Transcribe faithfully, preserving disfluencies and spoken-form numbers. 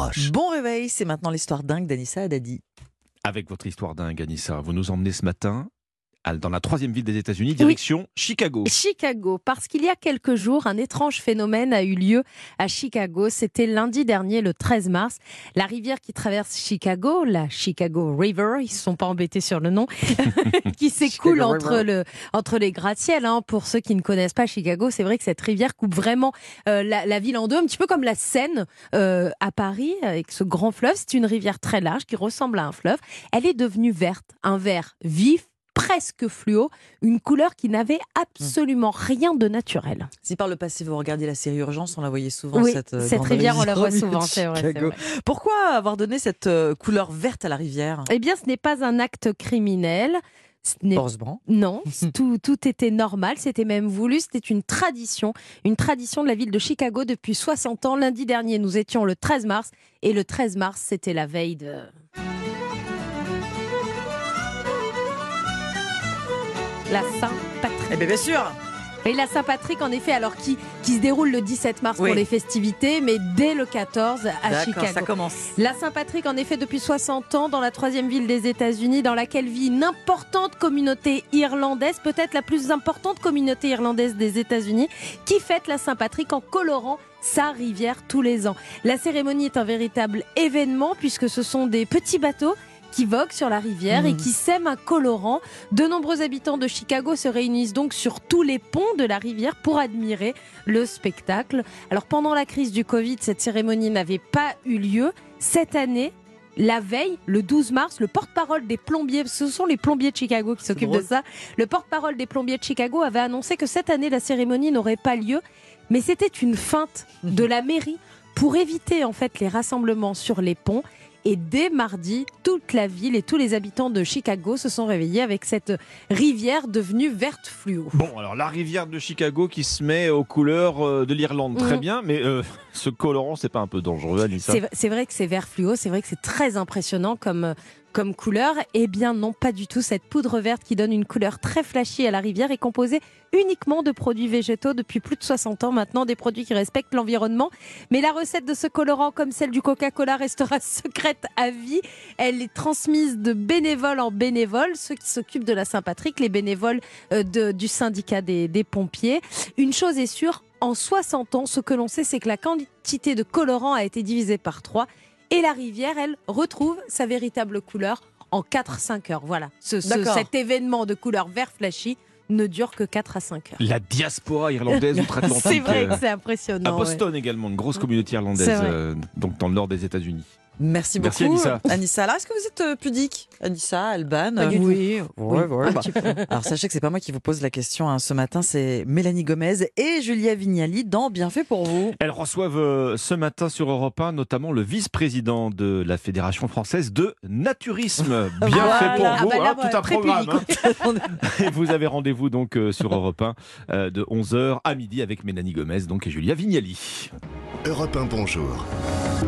proche. Bon réveil, c'est maintenant l'histoire dingue d'Anissa Haddadi. Avec votre histoire dingue, Anissa, vous nous emmenez ce matin à- dans la troisième ville des États-Unis, direction Chicago. Chicago, parce qu'il y a quelques jours, un étrange phénomène a eu lieu à Chicago. C'était lundi dernier, le treize mars. La rivière qui traverse Chicago, la Chicago River, ils ne se sont pas embêtés sur le nom, qui s'écoule Chicago entre, River. le, entre les gratte-ciels. Hein. Pour ceux qui ne connaissent pas Chicago, c'est vrai que cette rivière coupe vraiment euh, la, la ville en deux, un petit peu comme la Seine euh, à Paris, avec ce grand fleuve. C'est une rivière très large qui ressemble à un fleuve. Elle est devenue verte, un vert vif, presque fluo, une couleur qui n'avait absolument rien de naturel. Si par le passé vous regardiez la série Urgence, on la voyait souvent, Oui, cette, euh, cette grande rivière, on la voit au milieu souvent, de c'est vrai, c'est Chicago. vrai. Pourquoi avoir donné cette euh, couleur verte à la rivière? Eh bien, ce n'est pas un acte criminel. Ce n'est Heureusement. Non, tout, tout était normal, c'était même voulu, c'était une tradition, une tradition de la ville de Chicago depuis soixante ans. Lundi dernier, nous étions le treize mars, et le treize mars, c'était la veille de... la Saint-Patrick. Eh bien, bien sûr. Et la Saint-Patrick, en effet, alors qui, qui se déroule le dix-sept mars Oui. pour les festivités, mais dès le quatorze à D'accord, Chicago. ça commence. La Saint-Patrick, en effet, depuis soixante ans, dans la troisième ville des États-Unis, dans laquelle vit une importante communauté irlandaise, peut-être la plus importante communauté irlandaise des États-Unis, qui fête la Saint-Patrick en colorant sa rivière tous les ans. La cérémonie est un véritable événement, puisque ce sont des petits bateaux qui voguent sur la rivière Mmh. et qui sèment un colorant. De nombreux habitants de Chicago se réunissent donc sur tous les ponts de la rivière pour admirer le spectacle. Alors pendant la crise du Covid, cette cérémonie n'avait pas eu lieu. Cette année, la veille, le douze mars, le porte-parole des plombiers, ce sont les plombiers de Chicago qui s'occupent de drôle. ça, le porte-parole des plombiers de Chicago avait annoncé que cette année, la cérémonie n'aurait pas lieu. Mais c'était une feinte de la mairie pour éviter en fait les rassemblements sur les ponts. Et dès mardi, toute la ville et tous les habitants de Chicago se sont réveillés avec cette rivière devenue verte fluo. Bon, alors la rivière de Chicago qui se met aux couleurs euh, de l'Irlande, très Mhm. bien, mais euh, ce colorant, c'est pas un peu dangereux, Anissa? C'est, c'est vrai que c'est vert fluo, c'est vrai que c'est très impressionnant comme, comme couleur. Eh bien non, pas du tout. Cette poudre verte qui donne une couleur très flashy à la rivière est composée uniquement de produits végétaux depuis plus de soixante ans maintenant, des produits qui respectent l'environnement. Mais la recette de ce colorant, comme celle du Coca-Cola, restera secrète à vie. Elle est transmise de bénévole en bénévole, ceux qui s'occupent de la Saint-Patrick, les bénévoles euh, de- du syndicat des, des pompiers. Une chose est sûre, en soixante ans, ce que l'on sait, c'est que la quantité de colorant a été divisée par trois. Et la rivière, elle, retrouve sa véritable couleur en quatre à cinq heures. Voilà, ce, ce- D'accord. cet événement de couleur vert flashy ne dure que quatre à cinq heures. La diaspora irlandaise outre-Atlantique. C'est vrai euh, que c'est À impressionnant. ouais. Boston également, une grosse communauté irlandaise, C'est vrai. euh, donc dans le nord des États-Unis. Merci beaucoup, Merci, Anissa. Anissa. Alors, est-ce que vous êtes euh, pudique, Anissa, Alban? Pas du tout. Oui, Oui, ouais, ouais, un bah. petit peu. Alors, sachez que c'est pas moi qui vous pose la question hein. Ce matin, c'est Mélanie Gomez et Julia Vignali dans Bienfait pour vous. Elles reçoivent euh, ce matin sur Europe un notamment le vice-président de la Fédération française de naturisme. Bien Voilà. fait pour Ah vous, bah là, hein, moi, tout un très programme. pudique. hein. Et vous avez rendez-vous donc euh, sur Europe un euh, de onze heures à midi avec Mélanie Gomez donc, et Julia Vignali. Europe un, bonjour.